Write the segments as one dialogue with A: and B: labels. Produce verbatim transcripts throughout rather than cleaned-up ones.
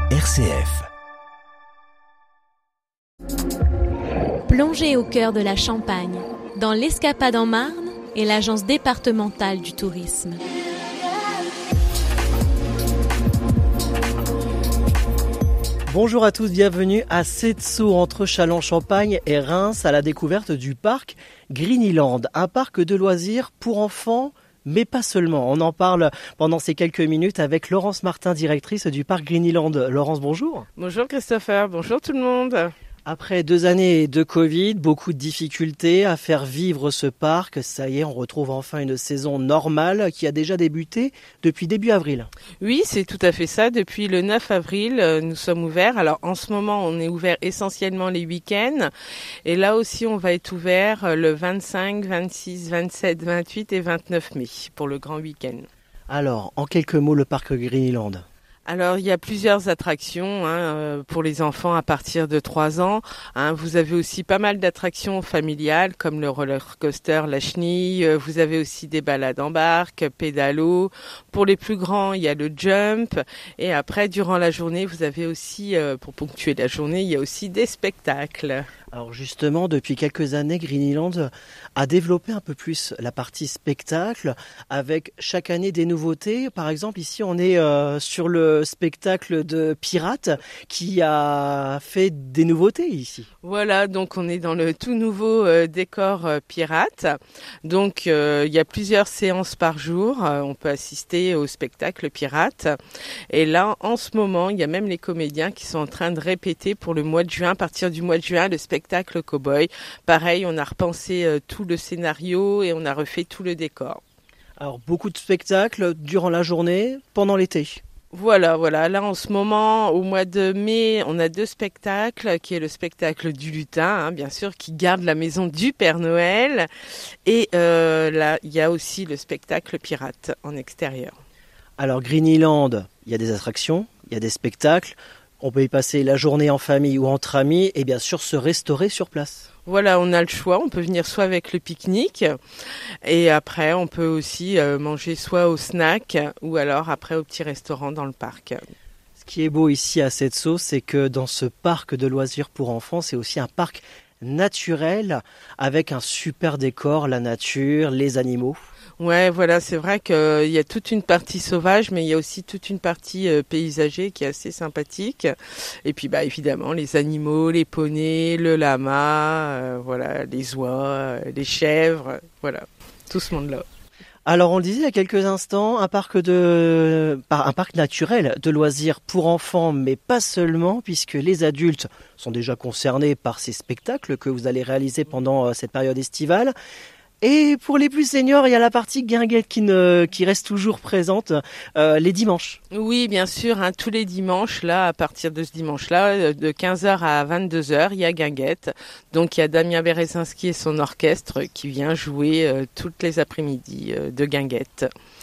A: R C F.
B: Plongez au cœur de la Champagne, dans l'Escapade en Marne et l'Agence départementale du tourisme.
C: Bonjour à tous, bienvenue à Setso, entre Châlons-Champagne et Reims, à la découverte du parc Greenyland, un parc de loisirs pour enfants, mais pas seulement. On en parle pendant ces quelques minutes avec Laurence Martin, directrice du parc Greenyland. Laurence, bonjour.
D: Bonjour Christopher, bonjour tout le monde.
C: Après deux années de Covid, beaucoup de difficultés à faire vivre ce parc. Ça y est, on retrouve enfin une saison normale qui a déjà débuté depuis début avril.
D: Oui, c'est tout à fait ça. Depuis le neuf avril, nous sommes ouverts. Alors en ce moment, on est ouvert essentiellement les week-ends. Et là aussi, on va être ouvert le vingt-cinq, vingt-six, vingt-sept, vingt-huit et vingt-neuf mai pour le grand week-end.
C: Alors, en quelques mots, le parc Greenyland.
D: Alors, il y a plusieurs attractions hein, pour les enfants à partir de trois ans. Hein. Vous avez aussi pas mal d'attractions familiales comme le roller coaster La Chenille. Vous avez aussi des balades en barque, pédalo. Pour les plus grands, il y a le jump. Et après, durant la journée, vous avez aussi, euh, pour ponctuer la journée, il y a aussi des spectacles.
C: Alors justement, depuis quelques années, Greenyland a développé un peu plus la partie spectacle avec chaque année des nouveautés. Par exemple, ici, on est euh, sur le spectacle de Pirates qui a fait des nouveautés ici.
D: Voilà, donc on est dans le tout nouveau euh, décor euh, Pirates. Donc euh, il y a plusieurs séances par jour. Euh, on peut assister au spectacle Pirates. Et là, en ce moment, il y a même les comédiens qui sont en train de répéter pour le mois de juin, à partir du mois de juin, le spectacle spectacle cow-boy. Pareil, on a repensé euh, tout le scénario et on a refait tout le décor.
C: Alors, beaucoup de spectacles durant la journée, pendant l'été.
D: Voilà, voilà. Là, en ce moment, au mois de mai, on a deux spectacles, qui est le spectacle du lutin, hein, bien sûr, qui garde la maison du Père Noël. Et euh, là, il y a aussi le spectacle pirate en extérieur.
C: Alors, Greenyland, il y a des attractions, il y a des spectacles. On peut y passer la journée en famille ou entre amis et bien sûr se restaurer sur place.
D: Voilà, on a le choix. On peut venir soit avec le pique-nique et après on peut aussi manger soit au snack ou alors après au petit restaurant dans le parc.
C: Ce qui est beau ici à Setso, c'est que dans ce parc de loisirs pour enfants, c'est aussi un parc naturel avec un super décor, la nature, les animaux.
D: Ouais, voilà, c'est vrai qu'il y a toute une partie sauvage, mais il y a aussi toute une partie euh, paysagée qui est assez sympathique. Et puis, bah, évidemment, les animaux, les poneys, le lama, euh, voilà, les oies, euh, les chèvres, voilà, tout ce monde-là.
C: Alors, on le disait il y a quelques instants, un parc de, un parc naturel de loisirs pour enfants, mais pas seulement, puisque les adultes sont déjà concernés par ces spectacles que vous allez réaliser pendant cette période estivale. Et pour les plus seniors, il y a la partie guinguette qui, ne, qui reste toujours présente euh, les dimanches.
D: Oui, bien sûr, hein, tous les dimanches, là, à partir de ce dimanche-là, de quinze heures à vingt-deux heures, il y a guinguette. Donc il y a Damien Berezinski et son orchestre qui vient jouer euh, toutes les après-midi euh, de guinguette.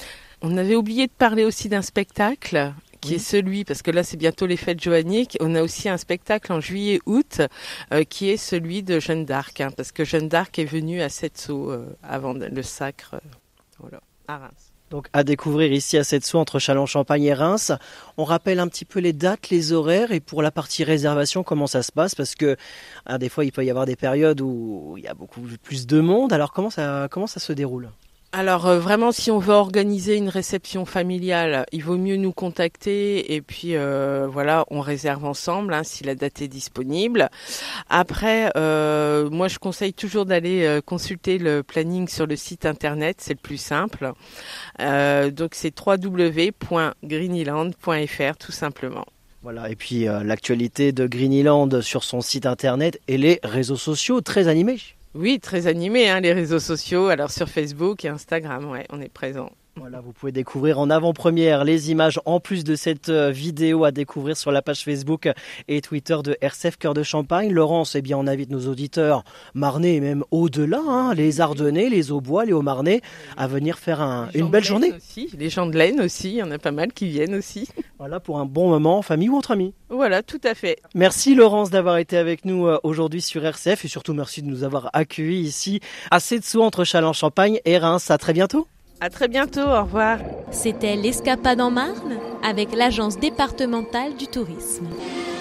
D: On avait oublié de parler aussi d'un spectacle qui oui. est celui, parce que là c'est bientôt les fêtes joanniques, on a aussi un spectacle en juillet-août euh, qui est celui de Jeanne d'Arc, hein, parce que Jeanne d'Arc est venue à Setso euh, avant le sacre, euh, voilà, à Reims.
C: Donc à découvrir ici à Setso entre Châlons-Champagne et Reims. On rappelle un petit peu les dates, les horaires et pour la partie réservation, comment ça se passe, parce que hein, des fois il peut y avoir des périodes où il y a beaucoup plus de monde, alors comment ça, comment ça se déroule ?
D: Alors euh, vraiment, si on veut organiser une réception familiale, il vaut mieux nous contacter et puis euh, voilà, on réserve ensemble hein, si la date est disponible. Après, euh, moi je conseille toujours d'aller euh, consulter le planning sur le site internet, c'est le plus simple. Euh, donc c'est w w w point greenyland point f r tout simplement.
C: Voilà, et puis euh, l'actualité de Greenyland sur son site internet et les réseaux sociaux très animés.
D: Oui, très animé, hein, les réseaux sociaux. Alors sur Facebook et Instagram, ouais, on est présent.
C: Voilà, vous pouvez découvrir en avant-première les images en plus de cette vidéo à découvrir sur la page Facebook et Twitter de R C F Cœur de Champagne. Laurence, eh bien, on invite nos auditeurs marnais et même au-delà, hein, les Ardennais, les Aubois, les Hauts-Marnais, à venir faire un, une belle journée.
D: Aussi. Les gens de l'Aisne aussi, il y en a pas mal qui viennent aussi.
C: Voilà, pour un bon moment en famille ou entre amis.
D: Voilà, tout à fait.
C: Merci Laurence d'avoir été avec nous aujourd'hui sur R C F et surtout merci de nous avoir accueillis ici à Setso entre Châlons-Champagne et Reims. À très bientôt.
D: À très bientôt, au revoir.
B: C'était l'Escapade en Marne avec l'Agence départementale du tourisme.